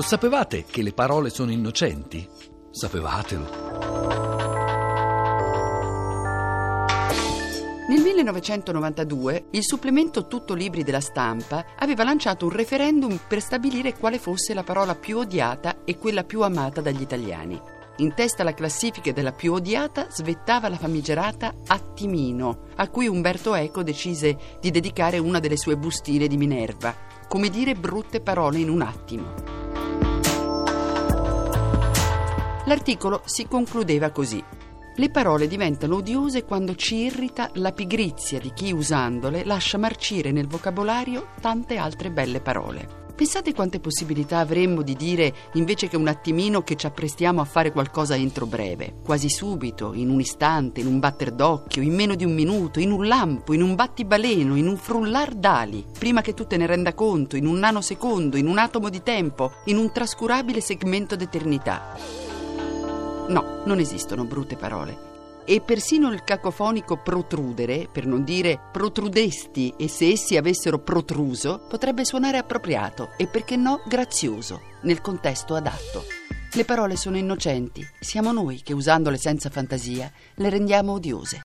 sapevate che le parole sono innocenti? Sapevatelo. Nel 1992 il supplemento Tutto Libri della Stampa aveva lanciato un referendum per stabilire quale fosse la parola più odiata e quella più amata dagli italiani. In testa alla classifica della più odiata svettava la famigerata attimino, a cui Umberto Eco decise di dedicare una delle sue bustine di Minerva, come dire brutte parole in un attimo. L'articolo si concludeva così: le parole diventano odiose quando ci irrita la pigrizia di chi, usandole, lascia marcire nel vocabolario tante altre belle parole. Pensate quante possibilità avremmo di dire, invece che un attimino, che ci apprestiamo a fare qualcosa entro breve, quasi subito, in un istante, in un batter d'occhio, in meno di un minuto, in un lampo, in un battibaleno, in un frullar d'ali, prima che tu te ne renda conto, in un nanosecondo, in un atomo di tempo, in un trascurabile segmento d'eternità. No, non esistono brutte parole. E persino il cacofonico protrudere, per non dire protrudesti, e se essi avessero protruso, potrebbe suonare appropriato e, perché no, grazioso, nel contesto adatto. Le parole sono innocenti, siamo noi che, usandole senza fantasia, le rendiamo odiose.